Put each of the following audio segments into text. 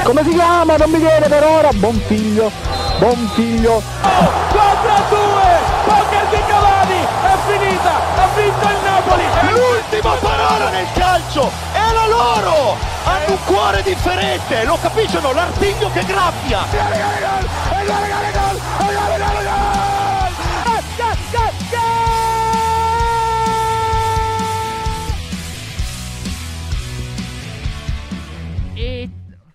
come si chiama? Non mi viene per ora. Bonfiglio. 4-2, poker di Cavani, è finita, ha vinto il Napoli. L'ultima parola nel calcio è la loro. Hanno un cuore differente, lo capiscono, l'artiglio che graffia. E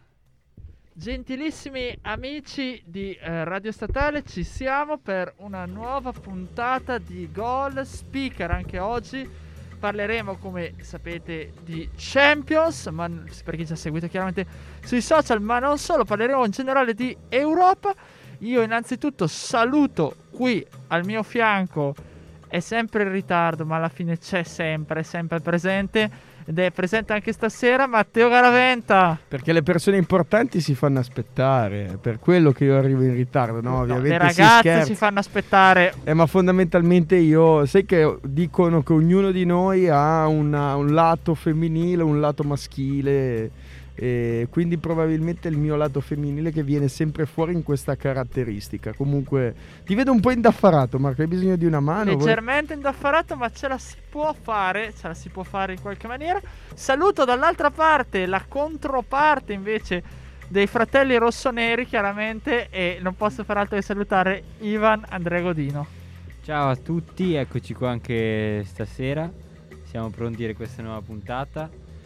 gentilissimi amici di Radio Statale, ci siamo per una nuova puntata di Goal Speaker. Anche oggi parleremo, come sapete, di Champions, ma per chi ci ha seguito chiaramente sui social, ma non solo, parleremo in generale di Europa. Io innanzitutto saluto qui al mio fianco, è sempre in ritardo ma alla fine c'è sempre, è sempre presente ed è presente anche stasera, Matteo Garaventa. Perché le persone importanti si fanno aspettare, per quello che io arrivo in ritardo, no? Ovviamente le ragazze si fanno aspettare. Ma fondamentalmente io, sai che dicono che ognuno di noi ha un lato femminile, un lato maschile, e quindi probabilmente è il mio lato femminile che viene sempre fuori in questa caratteristica. Comunque ti vedo un po' indaffarato, Marco, hai bisogno di una mano? Leggermente indaffarato, ma ce la si può fare in qualche maniera. Saluto dall'altra parte la controparte invece dei fratelli rossoneri, chiaramente, e non posso far altro che salutare Ivan Andrea Godino. Ciao a tutti, eccoci qua anche stasera, siamo pronti per questa nuova puntata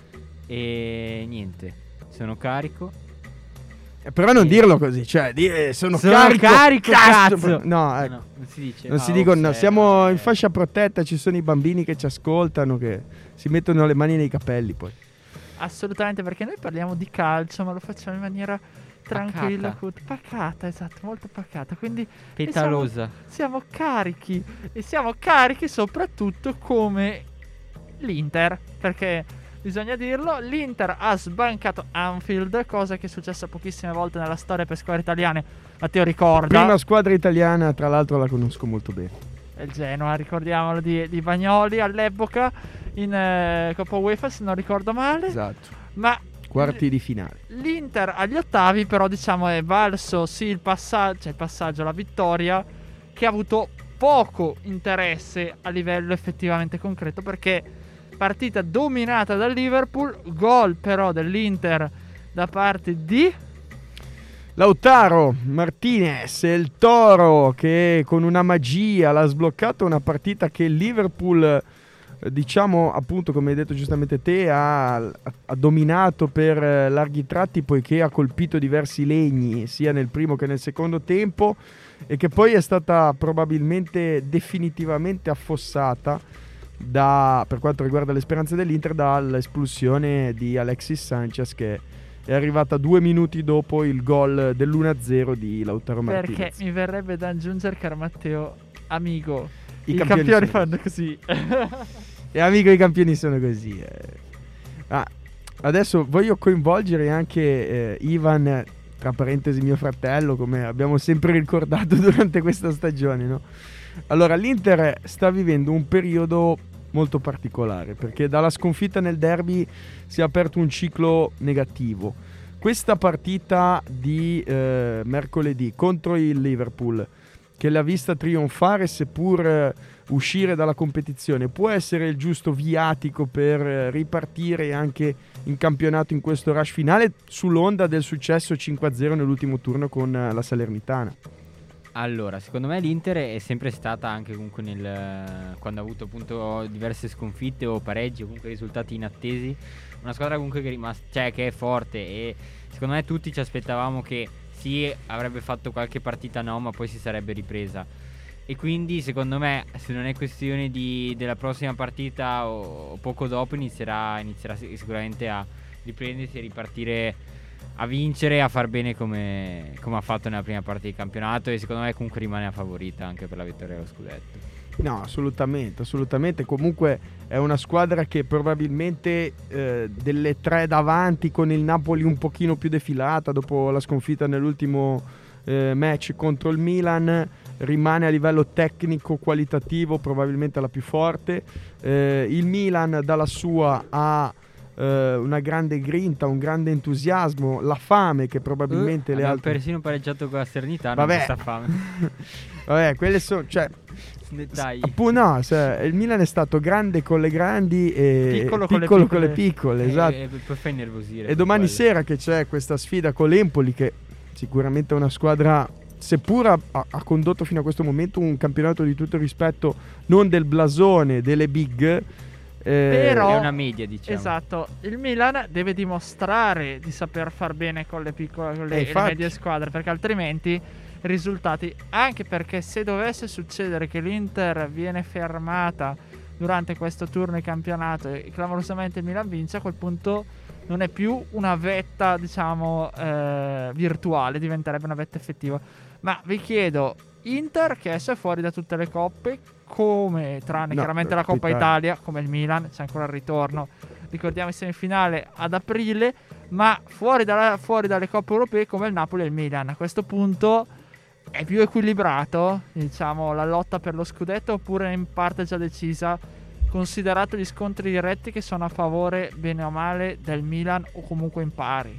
e niente, sono carico. Però non dirlo così, cioè dire sono carico, cazzo. No, ecco. No, non si dice. Non si dicono, no, siamo in fascia protetta, ci sono i bambini che ci ascoltano, che si mettono le mani nei capelli poi. Assolutamente, perché noi parliamo di calcio, ma lo facciamo in maniera tranquilla, pacata, esatto, molto pacata, quindi petalosa. Siamo carichi, e siamo carichi soprattutto come l'Inter, perché bisogna dirlo, l'Inter ha sbancato Anfield, cosa che è successa pochissime volte nella storia per squadre italiane. Matteo ricorda. Prima squadra italiana, tra l'altro la conosco molto bene. È il Genoa, ricordiamolo, di Bagnoli all'epoca in Coppa UEFA, se non ricordo male. Esatto. Ma quarti di finale. L'Inter agli ottavi, però, diciamo, è valso sì il passaggio, la vittoria, che ha avuto poco interesse a livello effettivamente concreto, perché partita dominata dal Liverpool, gol però dell'Inter da parte di Lautaro Martinez, il Toro, che con una magia l'ha sbloccato una partita che il Liverpool, diciamo appunto, come hai detto giustamente te, ha dominato per larghi tratti, poiché ha colpito diversi legni sia nel primo che nel secondo tempo, e che poi è stata probabilmente definitivamente affossata per quanto riguarda le speranze dell'Inter dall'espulsione di Alexis Sanchez, che è arrivata 2 minuti dopo il gol dell'1-0 di Lautaro Martinez. Perché mi verrebbe da aggiungere, caro Matteo, amico, i campioni fanno così. E amico, i campioni sono così. Adesso voglio coinvolgere anche Ivan, tra parentesi mio fratello, come abbiamo sempre ricordato durante questa stagione, no? Allora, l'Inter sta vivendo un periodo molto particolare, perché dalla sconfitta nel derby si è aperto un ciclo negativo. Questa partita di mercoledì contro il Liverpool, che l'ha vista trionfare seppur uscire dalla competizione, può essere il giusto viatico per ripartire anche in campionato in questo rush finale, sull'onda del successo 5-0 nell'ultimo turno con la Salernitana. Allora, secondo me l'Inter è sempre stata, anche comunque quando ha avuto appunto diverse sconfitte o pareggi o comunque risultati inattesi, una squadra comunque che è forte, e secondo me tutti ci aspettavamo che sì, avrebbe fatto qualche partita no, ma poi si sarebbe ripresa. E quindi secondo me, se non è questione della prossima partita o poco dopo, inizierà sicuramente a riprendersi e ripartire, a vincere, a far bene come ha fatto nella prima parte di campionato, e secondo me comunque rimane la favorita anche per la vittoria dello scudetto. No, assolutamente. Comunque è una squadra che probabilmente delle tre davanti, con il Napoli un pochino più defilata dopo la sconfitta nell'ultimo match contro il Milan, rimane a livello tecnico qualitativo probabilmente la più forte. Il Milan dalla sua ha una grande grinta, un grande entusiasmo, la fame che probabilmente le abbiamo altre... persino pareggiato con la Salernitana. Vabbè. Questa fame. Vabbè, quelle sono... Cioè, Dettagli. appunto, no, il Milan è stato grande con le grandi e Piccolo piccolo con le con le piccole, esatto. E poi fai innervosire. E domani quello. sera che c'è questa sfida con l'Empoli, che sicuramente è una squadra, seppur ha condotto fino a questo momento un campionato di tutto rispetto, non del blasone, delle big, Però È una media, diciamo. Esatto, il Milan deve dimostrare di saper far bene con le piccole, con le infatti. medie squadre, perché altrimenti risultati, anche perché se dovesse succedere che l'Inter viene fermata durante questo turno di campionato e clamorosamente il Milan vince, a quel punto non è più una vetta, diciamo, virtuale, diventerebbe una vetta effettiva. Ma vi chiedo, Inter che adesso è fuori da tutte le coppe, come tranne No, chiaramente la Coppa Italia. Italia, come il Milan, c'è ancora il ritorno, ricordiamo in semifinale ad aprile, ma fuori dalle coppe europee come il Napoli e il Milan. A questo punto è più equilibrato, diciamo, la lotta per lo scudetto, oppure in parte già decisa, considerato gli scontri diretti che sono a favore, bene o male, del Milan o comunque in pari?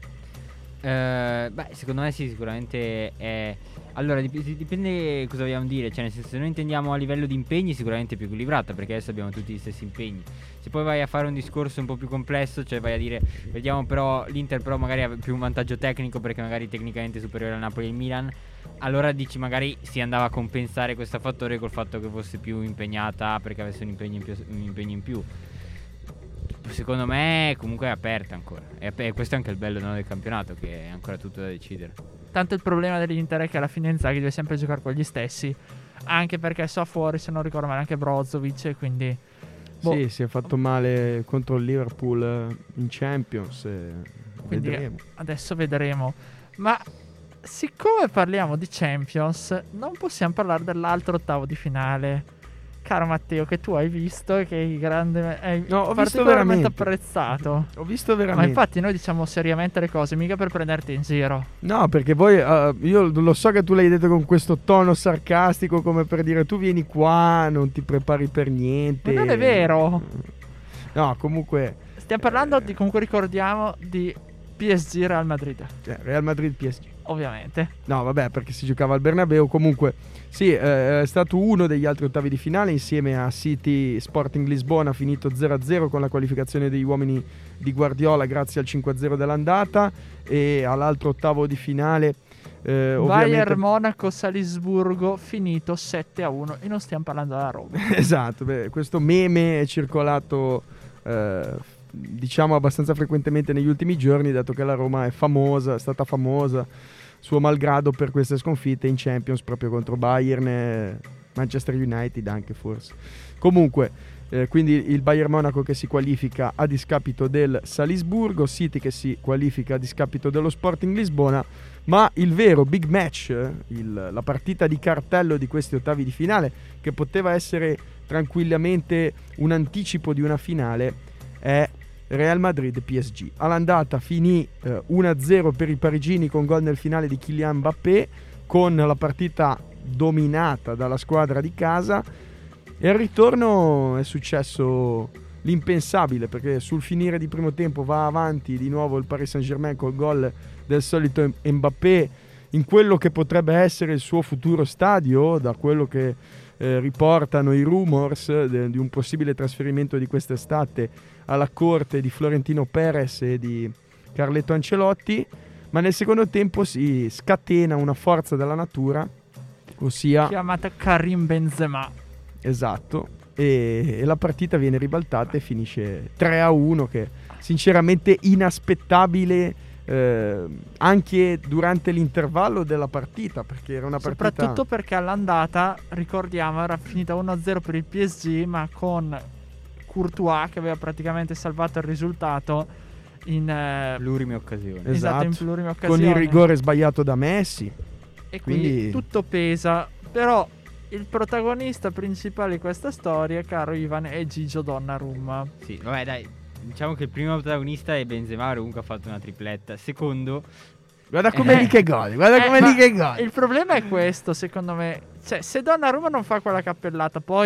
Beh, secondo me sì, sicuramente è... Allora, dipende cosa vogliamo dire. Cioè, nel senso, se noi intendiamo a livello di impegni, sicuramente è più equilibrata, perché adesso abbiamo tutti gli stessi impegni. Se poi vai a fare un discorso un po' più complesso, cioè vai a dire, vediamo però, l'Inter però magari ha più un vantaggio tecnico, perché magari tecnicamente è superiore al Napoli e il Milan, allora dici magari si andava a compensare questo fattore col fatto che fosse più impegnata, perché avesse un impegno in più. Secondo me comunque è aperta ancora. E questo è anche il bello, no, del campionato, che è ancora tutto da decidere. Tanto il problema dell'Inter è che alla fine Inzaghi deve sempre giocare con gli stessi, anche perché so fuori, se non ricordo male, anche Brozovic, e quindi Sì, si è fatto male contro il Liverpool in Champions. quindi Vedremo. adesso vedremo. Ma siccome parliamo di Champions, non possiamo parlare dell'altro ottavo di finale, caro Matteo, che tu hai visto e che hai No, ho visto particolarmente veramente. apprezzato. Ho visto Ma veramente. infatti noi diciamo seriamente le cose, mica per prenderti in giro. No, perché poi io lo so che tu l'hai detto con questo tono sarcastico, come per dire tu vieni qua, non ti prepari per niente. Ma non è vero. No, comunque Stiamo parlando di, comunque ricordiamo, di PSG Real Madrid, Real Madrid PSG. ovviamente. No, vabbè, perché si giocava al Bernabeu. Comunque, sì, è stato uno degli altri ottavi di finale insieme a City Sporting Lisbona, finito 0-0 con la qualificazione degli uomini di Guardiola grazie al 5-0 dell'andata, e all'altro ottavo di finale ovviamente... Bayern Monaco Salisburgo finito 7-1 e non stiamo parlando della Roma. Esatto, questo meme è circolato diciamo abbastanza frequentemente negli ultimi giorni, dato che la Roma è stata famosa suo malgrado per queste sconfitte in Champions proprio contro Bayern e Manchester United anche forse. Comunque quindi il Bayern Monaco che si qualifica a discapito del Salisburgo, City che si qualifica a discapito dello Sporting Lisbona, ma il vero big match, la partita di cartello di questi ottavi di finale, che poteva essere tranquillamente un anticipo di una finale, è Real Madrid PSG. All'andata finì 1-0 per i parigini con gol nel finale di Kylian Mbappé, con la partita dominata dalla squadra di casa, e al ritorno è successo l'impensabile, perché sul finire di primo tempo va avanti di nuovo il Paris Saint-Germain col gol del solito Mbappé in quello che potrebbe essere il suo futuro stadio, da quello che riportano i rumors di un possibile trasferimento di quest'estate alla corte di Florentino Perez e di Carletto Ancelotti. Ma nel secondo tempo si scatena una forza della natura, ossia Chiamata Karim Benzema. esatto, e la partita viene ribaltata e finisce 3-1, che sinceramente inaspettabile anche durante l'intervallo della partita, perché era una partita Soprattutto perché all'andata, ricordiamo, era finita 1-0 per il PSG, ma con Courtois che aveva praticamente salvato il risultato in Plurime occasioni. esatto, in plurime occasioni. con il rigore sbagliato da Messi. E quindi tutto pesa. Però il protagonista principale di questa storia, caro Ivan, è Gigio Donnarumma. Sì, vabbè, dai. Diciamo che il primo protagonista è Benzema, comunque ha fatto una tripletta. Secondo, Guarda come lì che gol, guarda come lì che gol. Il problema è questo, secondo me. Cioè, se Donnarumma non fa quella cappellata, poi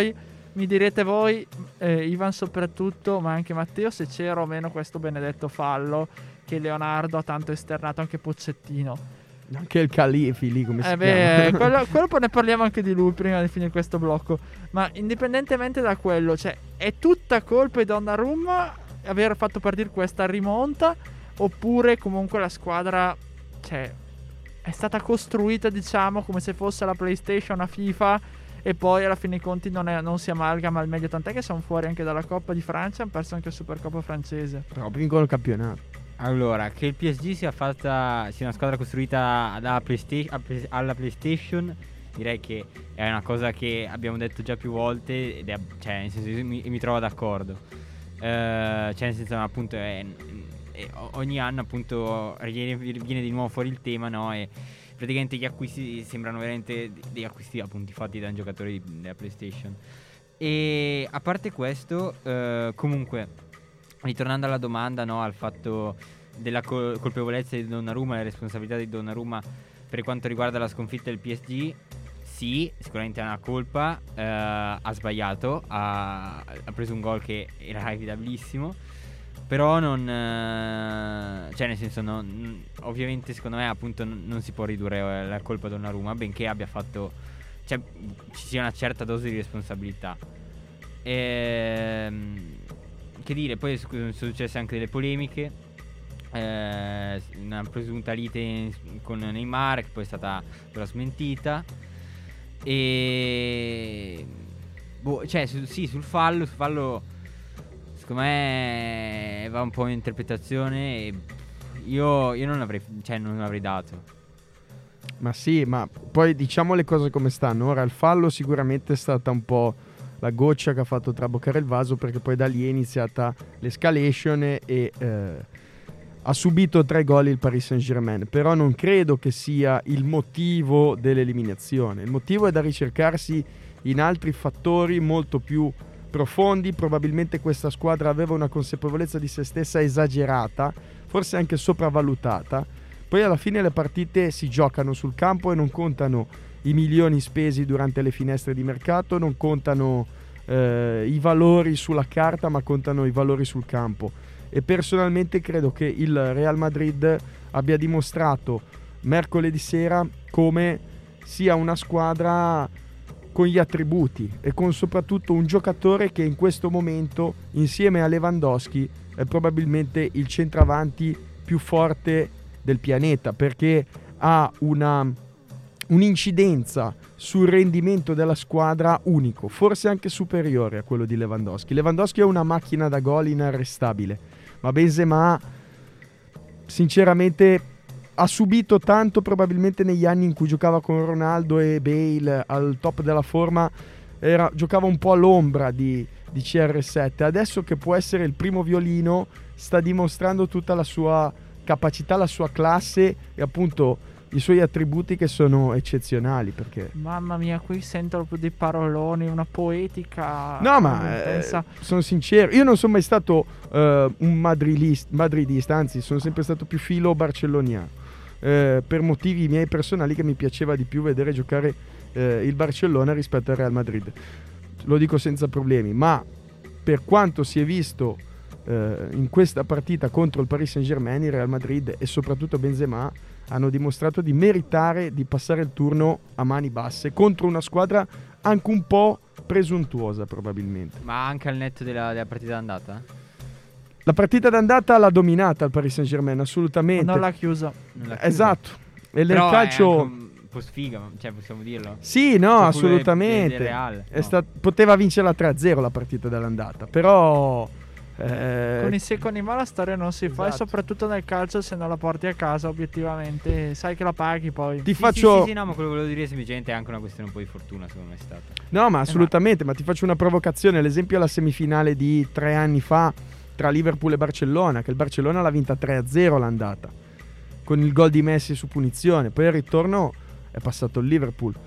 Mi direte voi, Ivan soprattutto, ma anche Matteo, se c'era o meno questo benedetto fallo che Leonardo ha tanto esternato, anche Pochettino. Anche il Califi lì, come si chiama? quello poi ne parliamo anche di lui prima di finire questo blocco. Ma indipendentemente da quello, cioè, è tutta colpa di Donnarumma aver fatto partire questa rimonta, oppure comunque la squadra, cioè, è stata costruita, diciamo, come se fosse la PlayStation a FIFA, e poi alla fine dei conti non si amalgama al meglio, tant'è che sono fuori anche dalla Coppa di Francia, hanno perso anche il Supercoppa francese. Però vincono il campionato. Allora, che il PSG sia una squadra costruita alla PlayStation, direi che è una cosa che abbiamo detto già più volte, ed cioè, nel senso, io mi trovo d'accordo. Cioè, nel senso, appunto, ogni anno, appunto, viene di nuovo fuori il tema, no? E praticamente gli acquisti sembrano veramente degli acquisti, appunto, fatti da un giocatore della PlayStation. E a parte questo, comunque, ritornando alla domanda, no, al fatto della colpevolezza di Donnarumma e la responsabilità di Donnarumma per quanto riguarda la sconfitta del PSG, sì, sicuramente ha una colpa, ha sbagliato, ha preso un gol che era evitabilissimo, però non, cioè, nel senso, ovviamente secondo me, appunto, non si può ridurre la colpa a Donnarumma, benché abbia fatto, cioè, ci sia una certa dose di responsabilità. Che dire, poi sono successe anche delle polemiche, una presunta lite con Neymar che poi è stata però smentita, e cioè, sul fallo secondo me va un po' in interpretazione, e io non l'avrei dato. Ma sì, ma poi diciamo le cose come stanno. Ora, il fallo sicuramente è stata un po' la goccia che ha fatto traboccare il vaso, perché poi da lì è iniziata l'escalation e ha subito 3 gol il Paris Saint-Germain. Però non credo che sia il motivo dell'eliminazione. Il motivo è da ricercarsi in altri fattori molto più profondi. Probabilmente questa squadra aveva una consapevolezza di se stessa esagerata, forse anche sopravvalutata. Poi alla fine le partite si giocano sul campo e non contano i milioni spesi durante le finestre di mercato, non contano i valori sulla carta, ma contano i valori sul campo. E personalmente credo che il Real Madrid abbia dimostrato mercoledì sera come sia una squadra con gli attributi e con soprattutto un giocatore che in questo momento, insieme a Lewandowski, è probabilmente il centravanti più forte del pianeta, perché ha un'incidenza sul rendimento della squadra unico, forse anche superiore a quello di Lewandowski. Lewandowski è una macchina da gol inarrestabile, ma Benzema sinceramente ha subito tanto, probabilmente negli anni in cui giocava con Ronaldo e Bale al top della forma, giocava un po' all'ombra di CR7. Adesso che può essere il primo violino, sta dimostrando tutta la sua capacità, la sua classe e appunto i suoi attributi, che sono eccezionali. Perché mamma mia, qui sento proprio dei paroloni, una poetica. No, ma sono sincero, io non sono mai stato un madridista, anzi sono sempre stato più filo barcelloniano, per motivi miei personali, che mi piaceva di più vedere giocare il Barcellona rispetto al Real Madrid, lo dico senza problemi. Ma per quanto si è visto in questa partita contro il Paris Saint-Germain, il Real Madrid e soprattutto Benzema hanno dimostrato di meritare di passare il turno a mani basse contro una squadra anche un po' presuntuosa, probabilmente. Ma anche al netto della partita d'andata? La partita d'andata l'ha dominata il Paris Saint-Germain, assolutamente. Non l'ha chiusa. Esatto. E però nel calcio è anche un po' sfiga, cioè, possiamo dirlo. Sì, no, Cioè, assolutamente. del Real, poteva vincerla 3-0 la partita dell'andata, però con i secondi ma la storia non si fa, e soprattutto nel calcio, se non la porti a casa obiettivamente sai che la paghi poi. Sì, no, ma quello che volevo dire semplicemente è anche una questione un po' di fortuna, secondo me è stata. No, ma assolutamente, ma ti faccio una provocazione. L'esempio è la semifinale di 3 anni fa tra Liverpool e Barcellona, che il Barcellona l'ha vinta 3-0 l'andata, con il gol di Messi su punizione. Poi al ritorno è passato il Liverpool.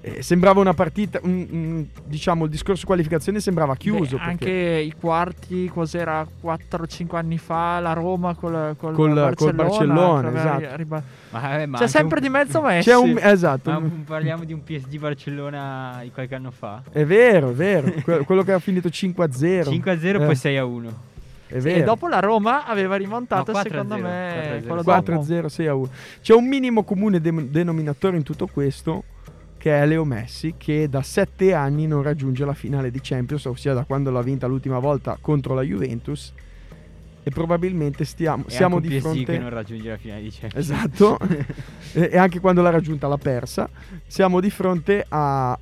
sembrava una partita, diciamo il discorso qualificazione sembrava chiuso. Anche i quarti, cos'era 4-5 anni fa, la Roma col Barcellona, esatto. Ma c'è sempre di mezzo Messi. Esatto. Ma parliamo di un PSG Barcellona di qualche anno fa. È vero. Quello che ha finito 5-0. 5-0 poi 6-1. È vero. E dopo la Roma aveva rimontato, No, 4-0, secondo me 4-0. quello dopo. 4-0, 6-1. C'è un minimo comune denominatore in tutto questo, che è Leo Messi, che da 7 anni non raggiunge la finale di Champions, ossia da quando l'ha vinta l'ultima volta contro la Juventus, e probabilmente siamo di fronte che non raggiunge la finale di Champions. Esatto. E anche quando l'ha raggiunta l'ha persa. Siamo di fronte alla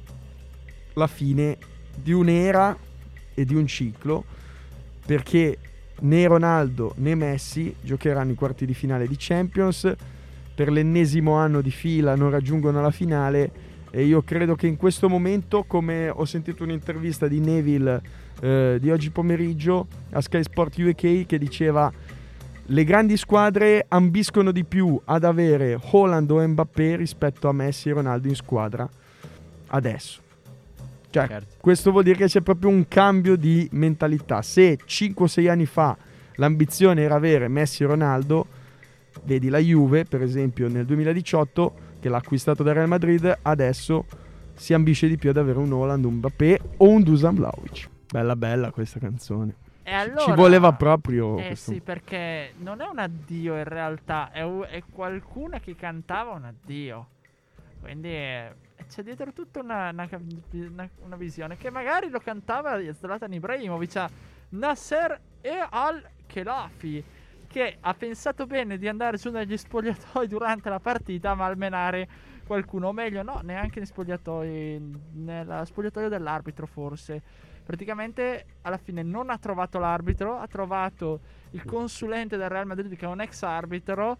fine di un'era e di un ciclo, perché né Ronaldo né Messi giocheranno i quarti di finale di Champions, per l'ennesimo anno di fila non raggiungono la finale, e io credo che in questo momento, come ho sentito un'intervista di Neville di oggi pomeriggio a Sky Sport UK, che diceva: le grandi squadre ambiscono di più ad avere Haaland o Mbappé rispetto a Messi e Ronaldo in squadra adesso. Cioè, Certo. questo vuol dire che c'è proprio un cambio di mentalità. Se 5-6 anni fa l'ambizione era avere Messi e Ronaldo, vedi la Juve per esempio nel 2018 che l'ha acquistato dal Real Madrid, adesso si ambisce di più ad avere un Haaland, un Mbappé o un Dusan Vlahovic. Bella questa canzone. E allora, ci voleva proprio questo. sì, perché non è un addio in realtà, è qualcuno che cantava un addio. Quindi c'è dietro tutta una visione, che magari lo cantava Zlatan Ibrahimovic a Nasser e Al-Khelaifi, che ha pensato bene di andare su negli spogliatoi durante la partita a malmenare qualcuno, o meglio no, neanche negli spogliatoi, nella spogliatoio dell'arbitro forse. Praticamente alla fine non ha trovato l'arbitro, ha trovato il consulente del Real Madrid, che è un ex arbitro,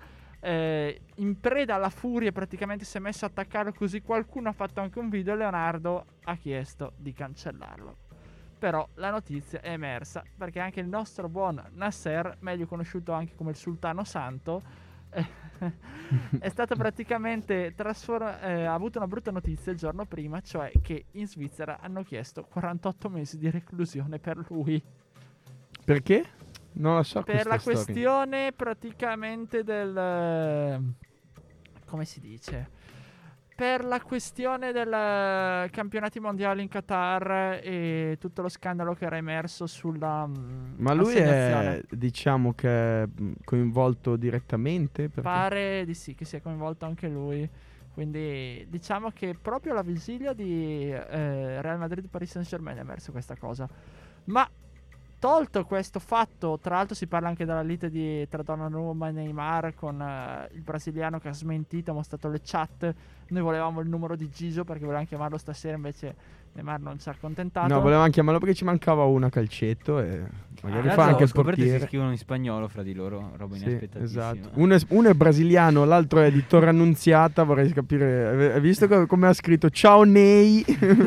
in preda alla furia, praticamente si è messo a attaccarlo, così qualcuno ha fatto anche un video e Leonardo ha chiesto di cancellarlo. Però la notizia è emersa, perché anche il nostro buon Nasser, meglio conosciuto anche come il Sultano Santo, è stato praticamente ha avuto una brutta notizia il giorno prima, cioè che in Svizzera hanno chiesto 48 mesi di reclusione per lui. Perché? Non la so. Per la questione praticamente del... come si dice? Per la questione del campionati mondiali in Qatar e tutto lo scandalo che era emerso sulla Ma lui assegnazione. è, diciamo che è coinvolto direttamente? Perché... Pare di sì, che sia coinvolto anche lui. Quindi diciamo che proprio alla vigilia di Real Madrid-Paris Saint-Germain è emerso questa cosa. Ma tolto questo fatto, tra l'altro si parla anche della lite tra Donnarumma e Neymar, con il brasiliano che ha smentito, ha mostrato le chat. Noi volevamo il numero di Gigio perché volevamo chiamarlo stasera, invece Neymar non ci ha accontentato. No, volevamo chiamarlo perché ci mancava una calcetto e magari Adesso fa anche ho il scoperto che portiere. si scrivono in spagnolo fra di loro, roba Sì, inaspettatissima. esatto. Uno è brasiliano, l'altro è di Torre Annunziata. Vorrei capire, hai visto come ha scritto ciao Nei?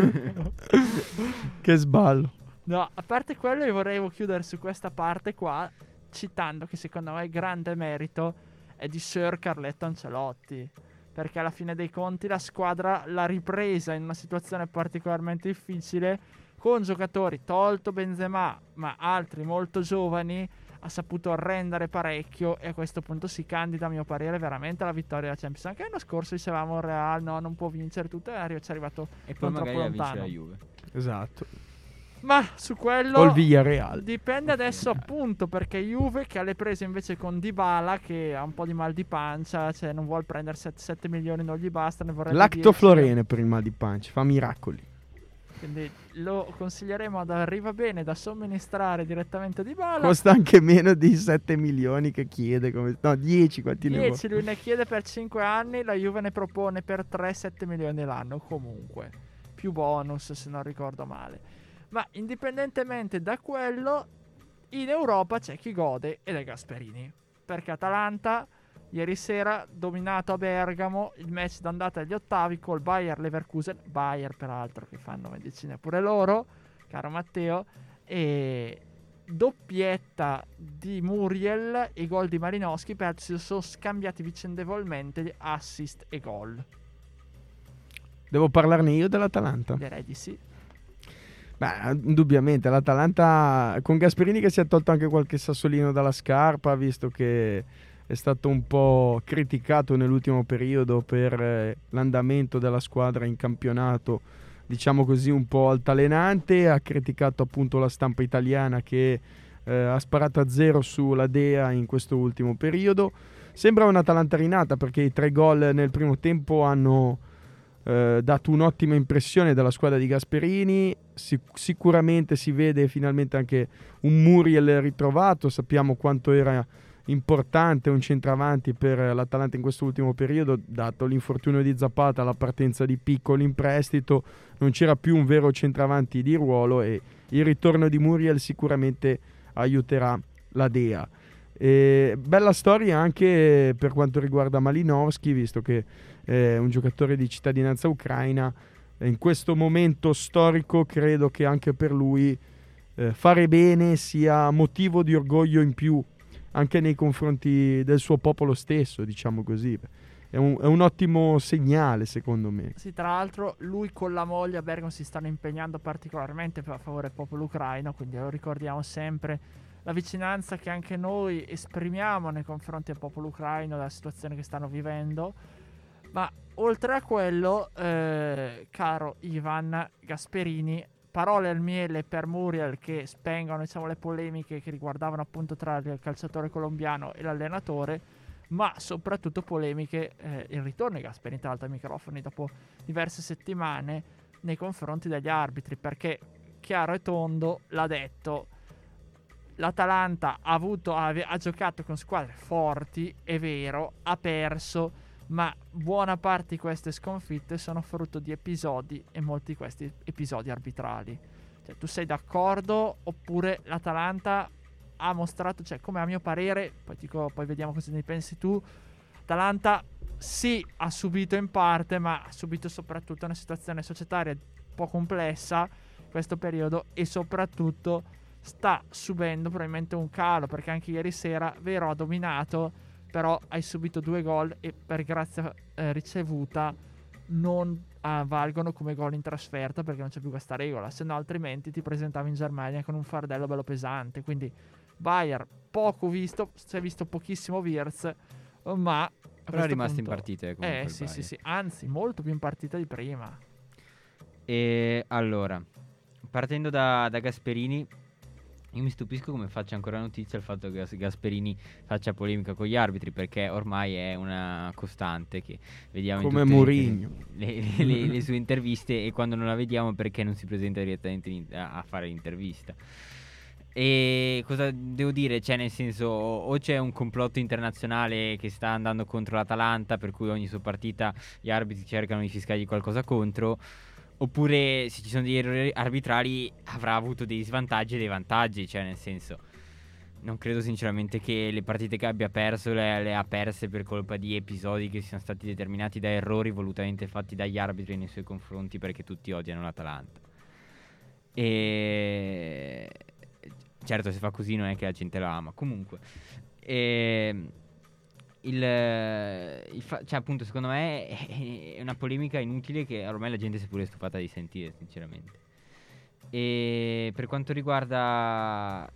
Che sballo. No, a parte quello, io volevo chiudere su questa parte qua citando che secondo me il grande merito è di Sir Carletto Ancelotti, perché alla fine dei conti la squadra l'ha ripresa in una situazione particolarmente difficile, con giocatori, tolto Benzema, ma altri molto giovani, ha saputo arrendere parecchio, e a questo punto si candida a mio parere veramente alla vittoria della Champions. Anche l'anno scorso dicevamo Real no, non può vincere tutto, ci è arrivato E poi non magari troppo la vince lontano. la Juve. Esatto. Ma su quello O il Villarreal. dipende adesso, appunto, perché Juve che ha le prese invece con Dybala, che ha un po' di mal di pancia, cioè non vuole prendere 7 milioni, non gli basta, ne vorrebbe 10. Lactoflorene per il mal di pancia, fa miracoli. Quindi lo consiglieremo ad arriva bene da somministrare direttamente a Dybala. Costa anche meno di 7 milioni che chiede, no 10, quanti ne vuoi? 10 lui ne chiede per 5 anni, la Juve ne propone per 3-7 milioni l'anno comunque, più bonus se non ricordo male. Ma indipendentemente da quello, in Europa c'è chi gode ed è Gasperini, perché Atalanta ieri sera dominato a Bergamo il match d'andata agli ottavi col Bayer Leverkusen, Bayer peraltro che fanno medicina pure loro, caro Matteo, e doppietta di Muriel e gol di Malinowski, perché si sono scambiati vicendevolmente assist e gol. Devo parlarne io dell'Atalanta? Direi di sì. Beh, indubbiamente l'Atalanta con Gasperini che si è tolto anche qualche sassolino dalla scarpa, visto che è stato un po' criticato nell'ultimo periodo per l'andamento della squadra in campionato, diciamo così un po' altalenante. Ha criticato appunto la stampa italiana che ha sparato a zero sulla Dea in questo ultimo periodo. Sembra un'Atalanta rinata, perché i 3 gol nel primo tempo hanno dato un'ottima impressione della squadra di Gasperini. Sicuramente si vede finalmente anche un Muriel ritrovato. Sappiamo quanto era importante un centravanti per l'Atalanta in questo ultimo periodo, dato l'infortunio di Zapata, la partenza di Piccoli in prestito, non c'era più un vero centravanti di ruolo, e il ritorno di Muriel sicuramente aiuterà la Dea. Bella storia anche per quanto riguarda Malinowski, visto che è un giocatore di cittadinanza ucraina. In questo momento storico credo che anche per lui fare bene sia motivo di orgoglio in più anche nei confronti del suo popolo stesso, diciamo così. È un ottimo segnale, secondo me. Sì, tra l'altro lui con la moglie a Bergamo si stanno impegnando particolarmente a favore del popolo ucraino, quindi lo ricordiamo sempre, la vicinanza che anche noi esprimiamo nei confronti del popolo ucraino, della situazione che stanno vivendo. Ma oltre a quello, caro Ivan Gasperini, parole al miele per Muriel che spengono, diciamo, le polemiche che riguardavano appunto tra il calciatore colombiano e l'allenatore, ma soprattutto polemiche, il ritorno di Gasperini tra l'altro ai microfoni dopo diverse settimane nei confronti degli arbitri, perché chiaro e tondo l'ha detto: l'Atalanta ha giocato con squadre forti, è vero, ha perso, ma buona parte di queste sconfitte sono frutto di episodi, e molti di questi episodi arbitrali. Cioè, tu sei d'accordo oppure l'Atalanta ha mostrato, cioè, come a mio parere, poi vediamo cosa ne pensi tu, l'Atalanta sì ha subito in parte, ma ha subito soprattutto una situazione societaria un po' complessa in questo periodo, e soprattutto sta subendo probabilmente un calo, perché anche ieri sera, vero, ha dominato, però hai subito 2 gol e per grazia ricevuta non valgono come gol in trasferta, perché non c'è più questa regola, se no altrimenti ti presentavi in Germania con un fardello bello pesante. Quindi Bayer poco visto, si è visto pochissimo Wirtz, ma però è rimasto in partite comunque sì, anzi molto più in partita di prima. E allora, partendo da Gasperini, io mi stupisco come faccia ancora notizia il fatto che Gasperini faccia polemica con gli arbitri, perché ormai è una costante che vediamo come in tutte Mourinho le sue interviste, e quando non la vediamo perché non si presenta direttamente a fare l'intervista. E cosa devo dire? Cioè, nel senso, o c'è un complotto internazionale che sta andando contro l'Atalanta, per cui ogni sua partita gli arbitri cercano di fischiargli qualcosa contro, oppure se ci sono degli errori arbitrali avrà avuto dei svantaggi e dei vantaggi. Cioè, nel senso, non credo sinceramente che le partite che abbia perso le ha perse per colpa di episodi che siano stati determinati da errori volutamente fatti dagli arbitri nei suoi confronti, perché tutti odiano l'Atalanta. E certo, se fa così non è che la gente la ama. Comunque cioè, appunto, secondo me è una polemica inutile che ormai la gente si è pure stufata di sentire, sinceramente. E per quanto riguarda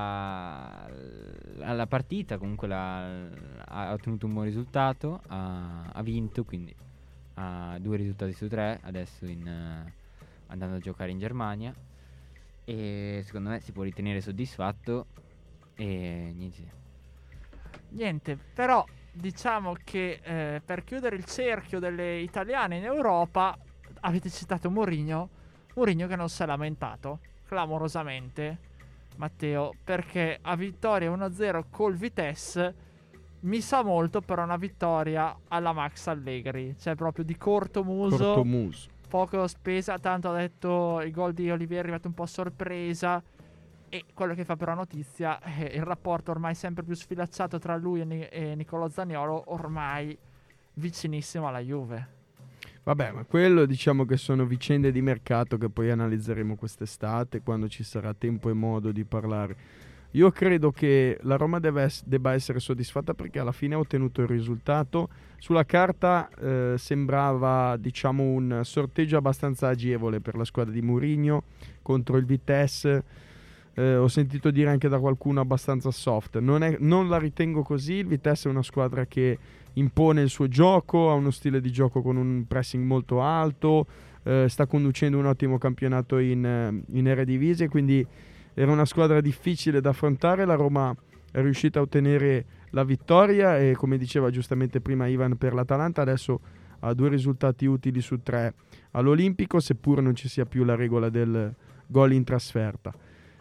la partita, comunque ha ottenuto un buon risultato, ha vinto, quindi ha 2 risultati su 3 adesso andando a giocare in Germania, e secondo me si può ritenere soddisfatto. E niente, però diciamo che per chiudere il cerchio delle italiane in Europa, avete citato Mourinho che non si è lamentato clamorosamente, Matteo, perché a vittoria 1-0 col Vitesse mi sa molto per una vittoria alla Max Allegri, cioè proprio di cortomuso. Poco spesa, tanto ha detto il gol di Olivier è arrivato un po' a sorpresa. E quello che fa però notizia è il rapporto ormai sempre più sfilacciato tra lui e Nicolò Zaniolo, ormai vicinissimo alla Juve. Vabbè, ma quello diciamo che sono vicende di mercato che poi analizzeremo quest'estate, quando ci sarà tempo e modo di parlare Io credo che la Roma debba essere soddisfatta perché alla fine ha ottenuto il risultato. Sulla carta sembrava, diciamo, un sorteggio abbastanza agevole per la squadra di Mourinho contro il Vitesse. Ho sentito dire anche da qualcuno abbastanza soft. Non la ritengo così. Il Vitesse è una squadra che impone il suo gioco, ha uno stile di gioco con un pressing molto alto, sta conducendo un ottimo campionato in Eredivisie, quindi era una squadra difficile da affrontare. La Roma è riuscita a ottenere la vittoria e, come diceva giustamente prima Ivan, per l'Atalanta adesso ha 2 risultati utili su 3 all'Olimpico, seppur non ci sia più la regola del gol in trasferta.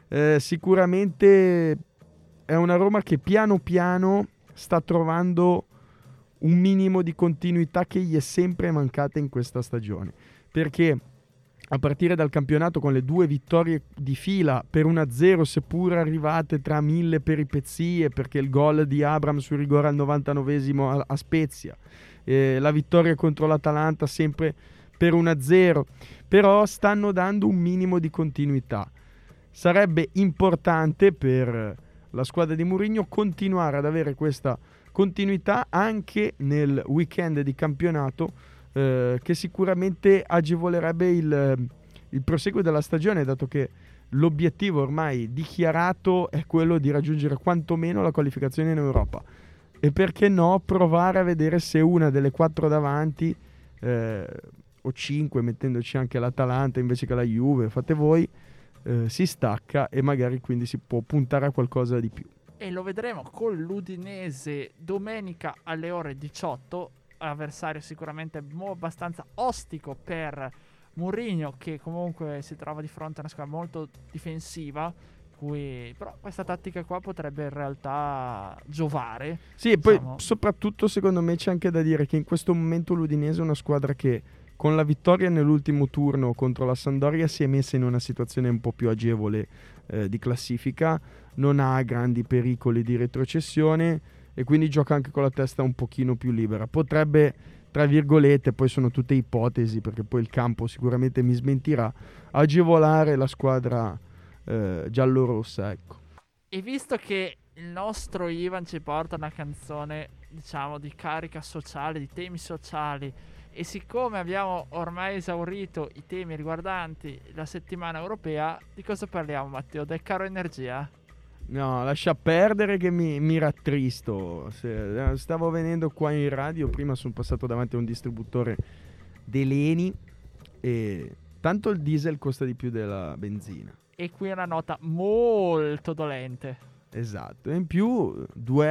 Sicuramente è una Roma che piano piano sta trovando un minimo di continuità che gli è sempre mancata in questa stagione, perché a partire dal campionato con le 2 vittorie di fila per 1-0, seppur arrivate tra 1000 peripezie, perché il gol di Abraham sul rigore al 99esimo a Spezia, la vittoria contro l'Atalanta sempre per 1-0, però stanno dando un minimo di continuità. Sarebbe importante per la squadra di Mourinho continuare ad avere questa continuità anche nel weekend di campionato, che sicuramente agevolerebbe il proseguo della stagione, dato che l'obiettivo ormai dichiarato è quello di raggiungere quantomeno la qualificazione in Europa, e perché no provare a vedere se una delle 4 davanti o 5, mettendoci anche l'Atalanta invece che la Juve, fate voi, si stacca e magari quindi si può puntare a qualcosa di più. E lo vedremo con l'Udinese domenica alle ore 18, avversario sicuramente abbastanza ostico per Mourinho, che comunque si trova di fronte a una squadra molto difensiva, però questa tattica qua potrebbe in realtà giovare. Sì, e poi diciamo. Soprattutto secondo me c'è anche da dire che in questo momento l'Udinese è una squadra che con la vittoria nell'ultimo turno contro la Sampdoria si è messa in una situazione un po' più agevole di classifica, non ha grandi pericoli di retrocessione e quindi gioca anche con la testa un pochino più libera. Potrebbe, tra virgolette, poi sono tutte ipotesi perché poi il campo sicuramente mi smentirà, agevolare la squadra giallorossa, ecco. E visto che il nostro Ivan ci porta una canzone, diciamo, di carica sociale, di temi sociali, e siccome abbiamo ormai esaurito i temi riguardanti la settimana europea, di cosa parliamo, Matteo? Del caro energia? No, lascia perdere che mi rattristo. Stavo venendo qua in radio, prima sono passato davanti a un distributore dell'Eni e tanto il diesel costa di più della benzina. E qui una nota molto dolente. Esatto, e in più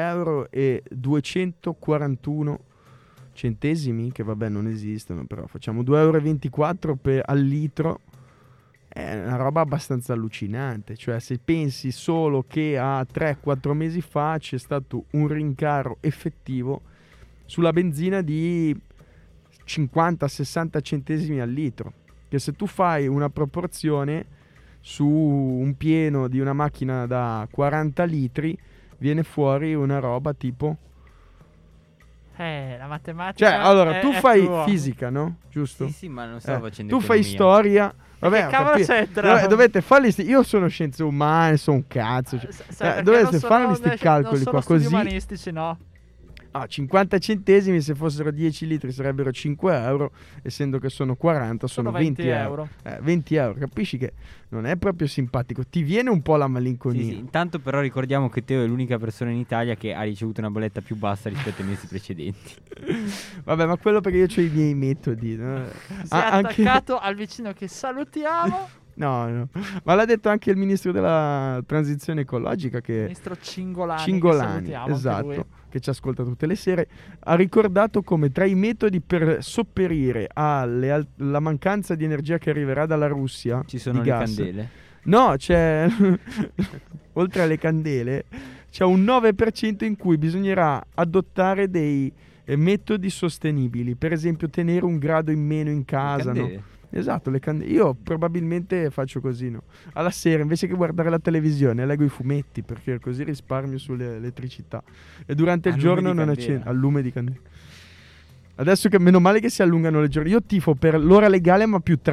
2,241 euro, che vabbè non esistono, però facciamo 2,24 euro al litro. È una roba abbastanza allucinante, cioè se pensi solo che a 3-4 mesi fa c'è stato un rincaro effettivo sulla benzina di 50-60 centesimi al litro, che se tu fai una proporzione su un pieno di una macchina da 40 litri viene fuori una roba tipo... La matematica... Cioè, allora, tu fai tua. Fisica, no? Giusto? Sì, ma non stavo facendo tu fai economia. storia... Vabbè, che cavolo c'entra? dovete farli io sono scienze umane, sono un cazzo. Dovete farli sti calcoli qua così. Umanistici, no? 50 centesimi, se fossero 10 litri sarebbero 5 euro, essendo che sono 40 sono 20 euro. 20 euro, capisci che non è proprio simpatico, ti viene un po' la malinconia. Sì, intanto però ricordiamo che Teo è l'unica persona in Italia che ha ricevuto una bolletta più bassa rispetto ai mesi precedenti. Vabbè, ma quello perché io ho i miei metodi, no? Si è attaccato al vicino che salutiamo. No, ma l'ha detto anche il ministro della transizione ecologica, che ministro Cingolani, esatto, che ci ascolta tutte le sere, ha ricordato come tra i metodi per sopperire alla mancanza di energia che arriverà dalla Russia ci sono di le gas, candele. No, c'è oltre alle candele c'è un 9% in cui bisognerà adottare dei metodi sostenibili, per esempio tenere 1 grado in meno in casa, no? Esatto, le candele. Io probabilmente faccio così, no? Alla sera, invece che guardare la televisione, leggo i fumetti, perché così risparmio sull'elettricità. E durante il giorno non accendo al lume di candela. Adesso che meno male che si allungano le giornate. Io tifo per l'ora legale, ma più 3.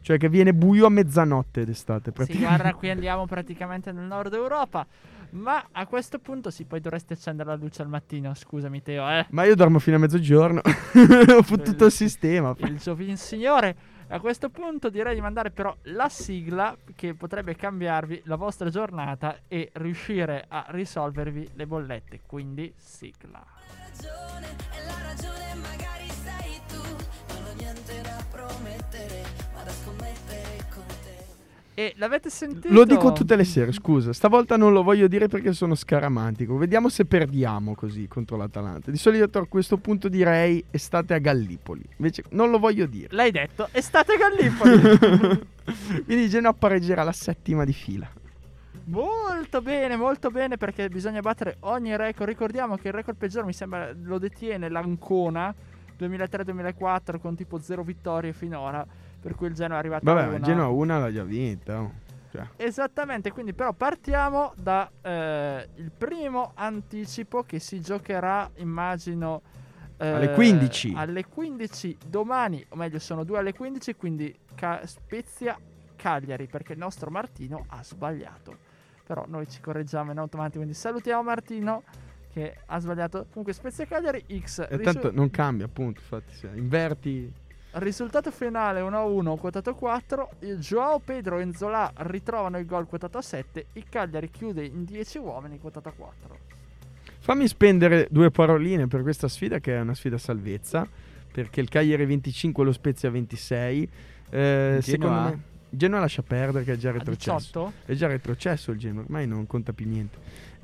cioè che viene buio a mezzanotte d'estate Sì, praticamente. guarda, qui andiamo praticamente nel nord Europa. Ma a questo punto sì, poi dovresti accendere la luce al mattino. Scusami, Teo, Ma io dormo fino a mezzogiorno. Ho fottuto il sistema. Il Giovin signore. A questo punto direi di mandare però la sigla che potrebbe cambiarvi la vostra giornata e riuscire a risolvervi le bollette. Quindi sigla. E la ragione magari sei tu. Non ho niente da promettere, ma da scommettere con te. E l'avete sentito? Lo dico tutte le sere, scusa. Stavolta non lo voglio dire perché sono scaramantico. Vediamo se perdiamo così contro l'Atalanta. Di solito a questo punto direi estate a Gallipoli. Invece non lo voglio dire. L'hai detto, estate Gallipoli. Quindi Genoa pareggerà la 7ª di fila. Molto bene, perché bisogna battere ogni record. Ricordiamo che il record peggiore mi sembra lo detiene l'Ancona 2003-2004 con tipo 0 vittorie finora, per cui il Genoa è arrivato a Vabbè, una. ma Genoa una l'ha già vinta. Oh. Cioè. Esattamente, quindi però partiamo da il primo anticipo che si giocherà, immagino, alle 15. Alle 15 domani, o meglio sono 2 alle 15, quindi Spezia Cagliari, perché il nostro Martino ha sbagliato. Però noi ci correggiamo in automatico, quindi salutiamo Martino che ha sbagliato. Comunque Spezia Cagliari X. E tanto non cambia, appunto, infatti se inverti. Risultato finale 1-1 quotato 4. Joao Pedro e Nzola ritrovano il gol quotato a 7. Il Cagliari chiude in 10 uomini quotato a 4. Fammi spendere 2 paroline per questa sfida, che è una sfida salvezza, perché il Cagliari è 25, lo Spezia 26. Secondo me Genoa lascia perdere, che è già retrocesso. 18? È già retrocesso il Genoa, ormai non conta più niente.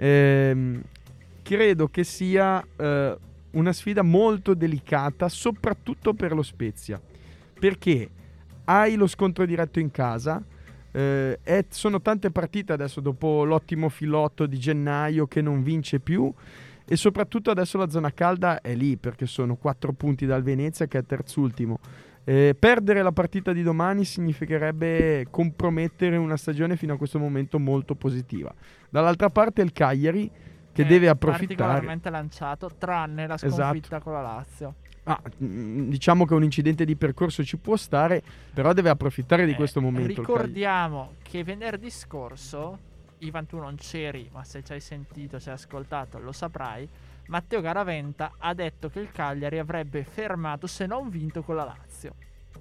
Credo che sia una sfida molto delicata, soprattutto per lo Spezia, perché hai lo scontro diretto in casa. Sono tante partite adesso dopo l'ottimo filotto di gennaio che non vince più, e soprattutto adesso la zona calda è lì, perché sono 4 punti dal Venezia che è terzultimo. Perdere la partita di domani significherebbe compromettere una stagione fino a questo momento molto positiva. Dall'altra parte il Cagliari che deve approfittare, particolarmente lanciato, tranne la sconfitta con la Lazio. Diciamo che un incidente di percorso ci può stare, però deve approfittare di questo momento. Ricordiamo che venerdì scorso, Ivan, tu non c'eri, ma se ci hai sentito, ci hai ascoltato, lo saprai, Matteo Garaventa ha detto che il Cagliari avrebbe fermato se non vinto con la Lazio.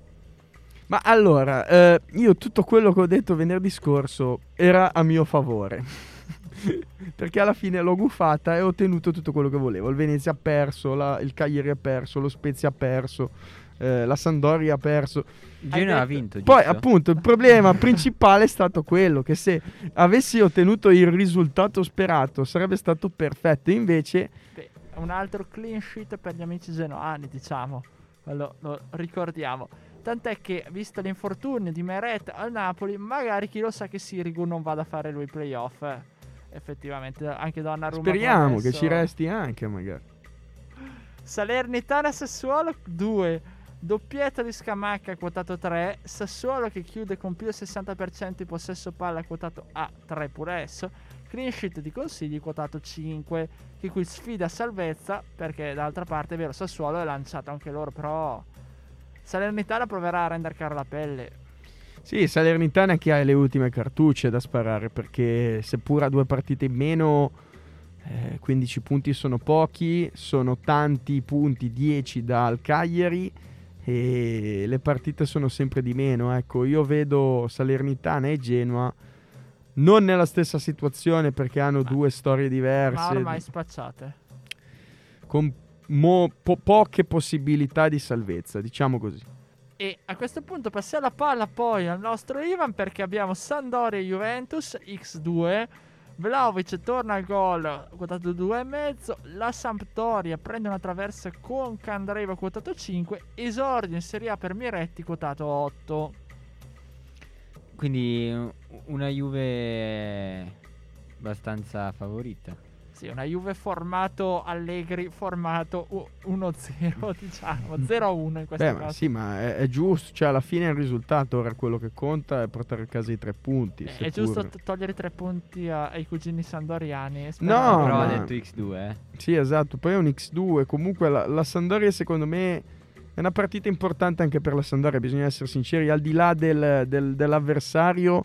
Ma allora, io tutto quello che ho detto venerdì scorso era a mio favore. Perché alla fine l'ho guffata e ho ottenuto tutto quello che volevo. Il Venezia ha perso, il Cagliari ha perso, lo Spezia ha perso, la Sampdoria ha perso. Genoa ha vinto, Poi giusto? appunto il problema principale è stato quello che se avessi ottenuto il risultato sperato sarebbe stato perfetto. Invece un altro clean sheet per gli amici genoani, diciamo, lo ricordiamo. Tant'è che, visto l'infortunio di Meret al Napoli, magari chi lo sa che Sirigu non vada a fare lui playoff. Effettivamente anche Donnarumma. Speriamo che ci resti anche, magari. Salernitana Sassuolo 2, doppietta di Scamacca quotato 3, Sassuolo che chiude con più del 60% di possesso palla quotato a 3 pure esso, clean sheet di Consigli quotato 5, che qui sfida salvezza, perché d'altra parte è vero, Sassuolo è lanciato anche loro, però Salernitana proverà a rendere cara la pelle. Sì, Salernitana che ha le ultime cartucce da sparare, perché seppur ha 2 partite in meno, 15 punti sono pochi, sono tanti punti, 10 dal Cagliari, e le partite sono sempre di meno. Ecco, io vedo Salernitana e Genoa non nella stessa situazione, perché hanno 2 storie diverse, ma ormai spacciate, con poche possibilità di salvezza, diciamo così. E a questo punto passiamo la palla poi al nostro Ivan, perché abbiamo Sampdoria e Juventus X2, Vlahovic torna al gol quotato 2,5, la Sampdoria prende una traversa con Candreva quotato 5, esordio in Serie A per Miretti quotato 8. Quindi una Juve abbastanza favorita. Sì, una Juve formato Allegri, formato 1-0, diciamo 0-1 in questo caso. Ma sì, ma è giusto, cioè alla fine il risultato ora quello che conta è portare a casa i 3 punti. È giusto togliere 3 punti ai cugini sandoriani. No, però ma ha detto X2, Sì, esatto, poi è un X2. Comunque la Sampdoria secondo me È una partita importante anche per la Sampdoria, bisogna essere sinceri, al di là dell'avversario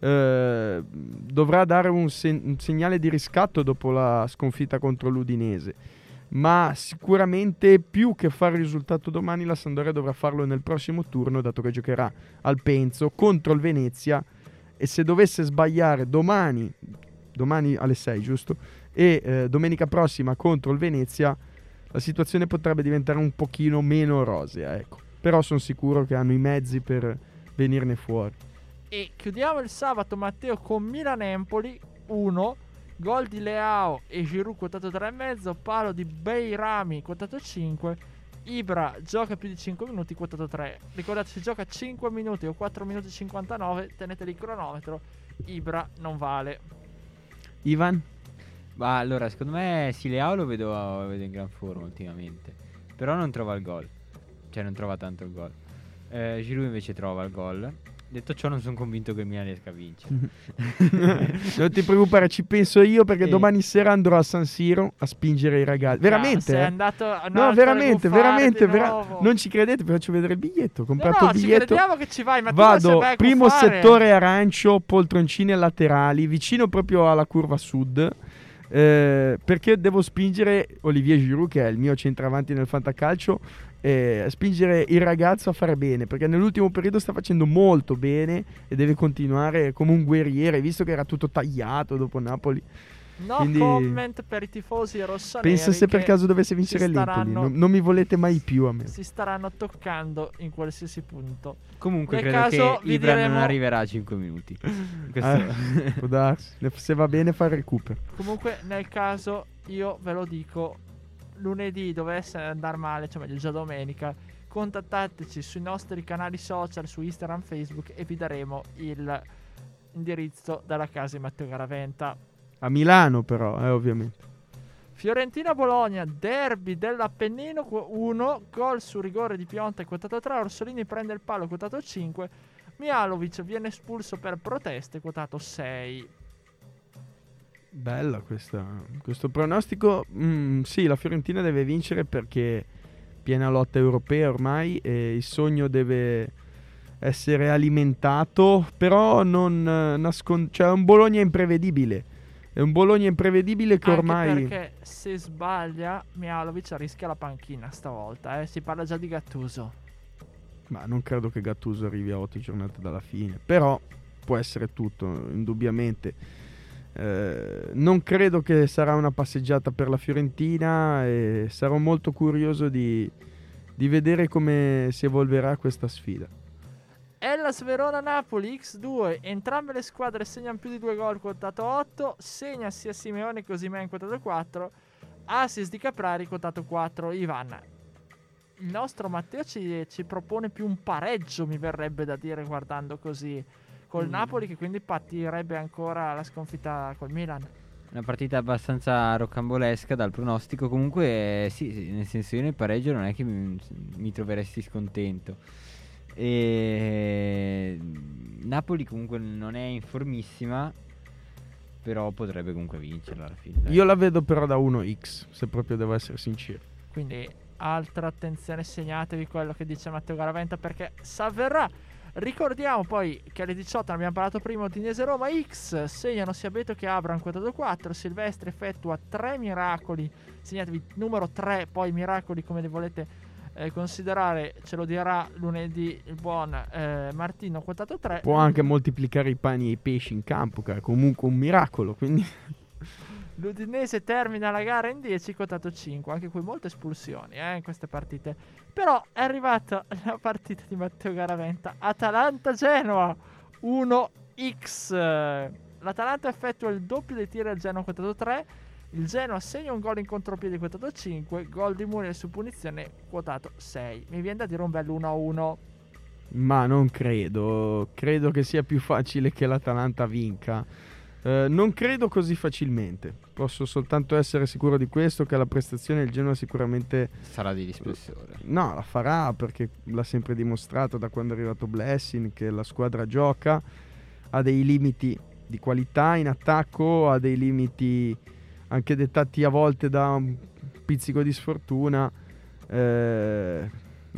dovrà dare un segnale di riscatto dopo la sconfitta contro l'Udinese, ma sicuramente più che fare il risultato domani la Sampdoria dovrà farlo nel prossimo turno, dato che giocherà al Penzo contro il Venezia, e se dovesse sbagliare domani alle 6, giusto? E domenica prossima contro il Venezia, la situazione potrebbe diventare un pochino meno rosea, ecco. Però sono sicuro che hanno i mezzi per venirne fuori. E chiudiamo il sabato, Matteo, con Milan-Empoli 1, gol di Leao e Giroud quotato 3,5, palo di Beirami quotato 5, Ibra gioca più di 5 minuti quotato 3. Ricordate, si gioca 5 minuti o 4 minuti e 59, tenete il cronometro, Ibra non vale. Ivan? Ma allora, secondo me Leao lo vedo in gran forma ultimamente. Però non trova il gol. Cioè non trova tanto il gol. Giroud invece trova il gol. Detto ciò, non sono convinto che il Milan riesca a vincere. Non ti preoccupare, ci penso io, perché Sì. domani sera andrò a San Siro a spingere i ragazzi. Veramente? Sei andato No, veramente, nuovo. non ci credete, vi faccio vedere il biglietto. Ho comprato No, il ci biglietto. crediamo che ci vai, ma tu non Vado, sai mai primo fare. settore arancio, poltroncine laterali, vicino proprio alla curva sud. Perché devo spingere Olivier Giroud, che è il mio centravanti nel fantacalcio, spingere il ragazzo a fare bene, perché nell'ultimo periodo sta facendo molto bene e deve continuare come un guerriere, visto che era tutto tagliato dopo Napoli. No Quindi comment per i tifosi rossoneri. pensa se per che caso dovesse vincere si l'Empoli, staranno- non mi volete mai più a me. si staranno toccando in qualsiasi punto. Comunque Nel credo caso che vi Ibra non diremo- arriverà a 5 minuti. Questo- Può darsi. Se va bene fa il recupero. Comunque, nel caso, io ve lo dico, lunedì dovesse andare male, cioè meglio già domenica, contattateci sui nostri canali social, su Instagram, Facebook, e vi daremo il indirizzo della casa di Matteo Garaventa. A Milano però, ovviamente. Fiorentina-Bologna, derby dell'Appennino 1, gol su rigore di Piontek quotato 3, Orsolini prende il palo quotato 5, Mihalovic viene espulso per proteste quotato 6. Bella questo pronostico. Sì, la Fiorentina deve vincere perché piena lotta europea ormai e il sogno deve essere alimentato, però non cioè è un Bologna imprevedibile. È un Bologna imprevedibile che Anche ormai perché se sbaglia Mihalovic rischia la panchina stavolta, si parla già di Gattuso. Ma non credo che Gattuso arrivi a 8 giornate dalla fine. Però può essere tutto, indubbiamente. Non credo che sarà una passeggiata per la Fiorentina e sarò molto curioso di vedere come si evolverà questa sfida. Hellas Verona-Napoli X2, entrambe le squadre segnano più di 2 gol quotato 8, segna sia Simeone che Osimhen quotato 4, assist di Caprari quotato 4. Ivan, il nostro Matteo ci propone più un pareggio, mi verrebbe da dire, guardando così, col Napoli, che quindi patirebbe ancora la sconfitta col Milan. Una partita abbastanza rocambolesca dal pronostico. Comunque sì, nel senso, io nel pareggio non è che mi troveresti scontento. E Napoli comunque non è in formissima, però potrebbe comunque vincerla alla fine, dai. Io la vedo però da 1x, se proprio devo essere sincero. Quindi altra attenzione, segnatevi quello che dice Matteo Garaventa, perché s'avverrà. Ricordiamo poi che alle 18 ne abbiamo parlato prima, Udinese Roma X, segnano sia Beto che Abram quotato 4, Silvestri effettua 3 miracoli, segnatevi numero 3, poi miracoli come li volete considerare, ce lo dirà lunedì il buon Martino quotato 3. Può anche moltiplicare i pani e i pesci in campo, che è comunque un miracolo, quindi L'Udinese termina la gara in 10 quotato 5, anche qui molte espulsioni in queste partite. Però è arrivata la partita di Matteo Garaventa, Atalanta-Genoa 1x. L'Atalanta effettua il doppio dei tiri al Genoa quotato 3, il Genoa segna un gol in contropiede quotato 5, gol di Muriel su punizione quotato 6. Mi viene da dire un bel 1-1. ma non credo che sia più facile che l'Atalanta vinca. Non credo così facilmente. Posso soltanto essere sicuro di questo, che la prestazione del Genoa sicuramente Sarà di spessore. no, la farà, perché l'ha sempre dimostrato da quando è arrivato Blessing, che la squadra gioca, ha dei limiti di qualità in attacco, ha dei limiti anche dettati a volte da un pizzico di sfortuna. La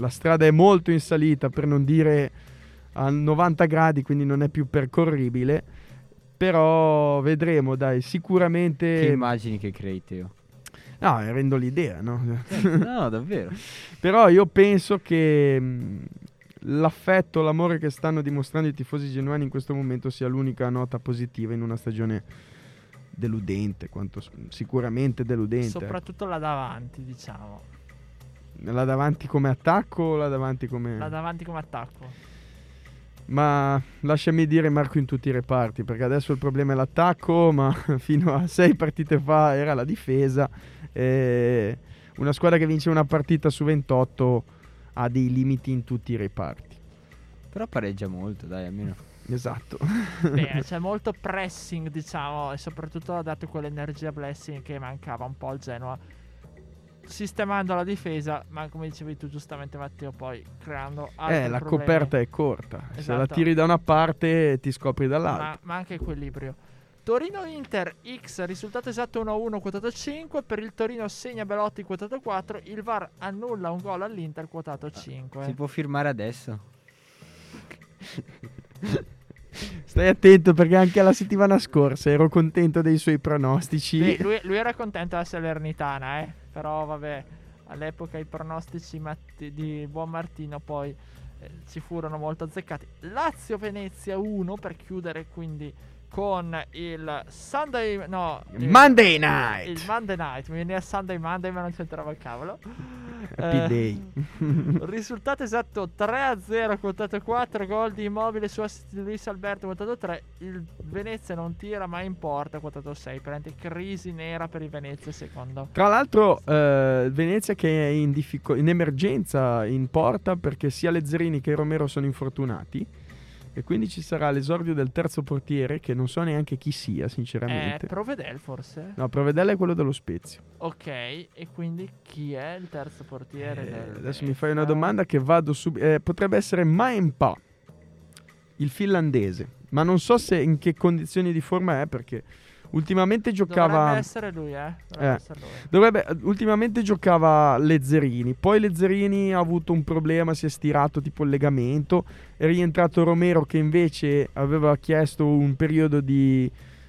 la strada è molto in salita, per non dire a 90 gradi, quindi non è più percorribile, però vedremo, dai, sicuramente... Che immagini che crei, Teo? No, rendo l'idea, no? No, davvero. Però io penso che l'affetto, l'amore che stanno dimostrando i tifosi genuani in questo momento sia l'unica nota positiva in una stagione deludente, sicuramente deludente. Soprattutto là davanti, diciamo. Là davanti come attacco o là davanti come... Là davanti come attacco. Ma lasciami dire, Marco, in tutti i reparti, perché adesso il problema è l'attacco, ma fino a 6 partite fa era la difesa. Una squadra che vince una partita su 28 ha dei limiti in tutti i reparti. Però pareggia molto, dai, almeno. Esatto. Beh, c'è molto pressing, diciamo, e soprattutto ha dato quell'energia blessing che mancava un po' al Genoa, sistemando la difesa, ma come dicevi tu giustamente, Matteo, poi creando altri La problemi. coperta è corta. Se la Esatto. tiri da una parte ti scopri dall'altra. ma anche equilibrio. Torino-Inter X, risultato esatto 1-1, quotato 5. Per il Torino segna Belotti, quotato 4. Il VAR annulla un gol all'Inter, quotato 5. Si può firmare adesso. Stai attento, perché anche la settimana scorsa ero contento dei suoi pronostici. Beh, lui era contento della Salernitana, però vabbè, all'epoca i pronostici di Buon Martino poi ci furono molto azzeccati. Lazio-Venezia 1 per chiudere quindi con il Sunday, no, Monday Night. il Monday Night, mi veniva Sunday Monday ma non c'entrava il cavolo. Happy Day. Risultato esatto 3-0, quotato 4, gol di Immobile su assist di Luis Alberto, quotato 3. Il Venezia non tira mai in porta, quotato 6. Prende crisi nera per il Venezia secondo. Tra l'altro Venezia che è in emergenza in porta, perché sia Lezzerini che Romero sono infortunati, e quindi ci sarà l'esordio del terzo portiere, che non so neanche chi sia sinceramente. Provedel forse? No, Provedel è quello dello Spezia. Ok, e quindi chi è il terzo portiere del Adesso mi fai una domanda che vado subito. Potrebbe essere Maempa, il finlandese, ma non so se in che condizioni di forma è, perché ultimamente giocava... Dovrebbe essere lui, Dovrebbe essere lui. Ultimamente giocava Lezzerini, poi Lezzerini ha avuto un problema, si è stirato tipo il legamento, è rientrato Romero che invece aveva chiesto un periodo di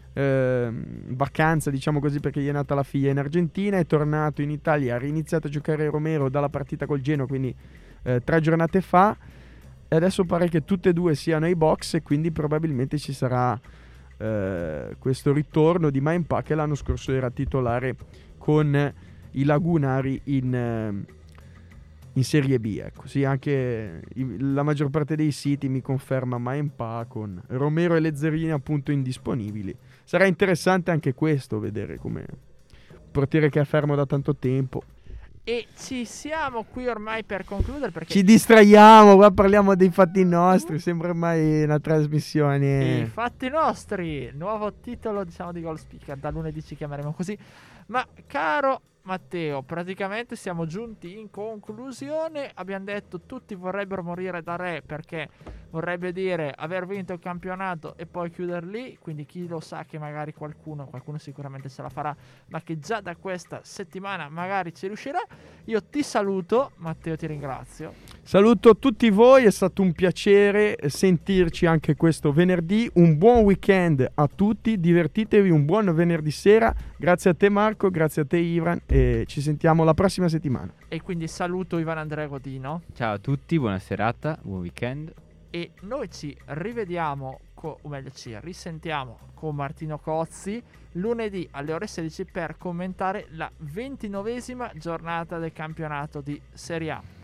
vacanza, diciamo così, perché gli è nata la figlia in Argentina, è tornato in Italia, ha riniziato a giocare Romero dalla partita col Genoa, quindi 3 giornate fa, e adesso pare che tutte e due siano ai box, e quindi probabilmente ci sarà questo ritorno di Maempa, che l'anno scorso era titolare con i Lagunari in Serie B. Ecco, sì, anche la maggior parte dei siti mi conferma Maempa, con Romero e Lezzerini appunto indisponibili. Sarà interessante anche questo, vedere come un portiere che è fermo da tanto tempo. E ci siamo qui ormai per concludere, perché Ci distraiamo, qua parliamo dei fatti nostri, sembra ormai una i trasmissione. fatti nostri, nuovo titolo diciamo di Goal Speaker, da lunedì ci chiameremo così. Ma caro Matteo, praticamente siamo giunti in conclusione. Abbiamo detto tutti vorrebbero morire da re, perché vorrebbe dire aver vinto il campionato e poi chiudere lì. Quindi chi lo sa che magari qualcuno sicuramente ce la farà, ma che già da questa settimana magari ci riuscirà. Io ti saluto, Matteo, ti ringrazio. Saluto tutti voi, è stato un piacere sentirci anche questo venerdì. Un buon weekend a tutti, divertitevi, un buon venerdì sera. Grazie a te Marco, grazie a te Ivan, e ci sentiamo la prossima settimana. E quindi saluto Ivan Andrea Godino. Ciao a tutti, buona serata, buon weekend. E noi ci rivediamo, o meglio ci risentiamo con Martino Cozzi lunedì alle ore 16 per commentare la 29esima giornata del campionato di Serie A.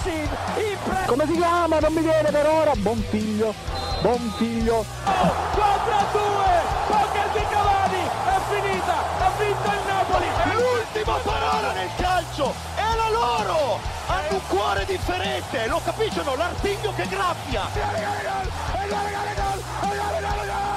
Messi, Come si chiama? Non mi viene per ora. Buon figlio. 4-2, poker di Cavani, è finita, ha vinto il Napoli. L'ultima parola nel calcio è la loro. Hanno un cuore differente, lo capiscono, l'artiglio che graffia.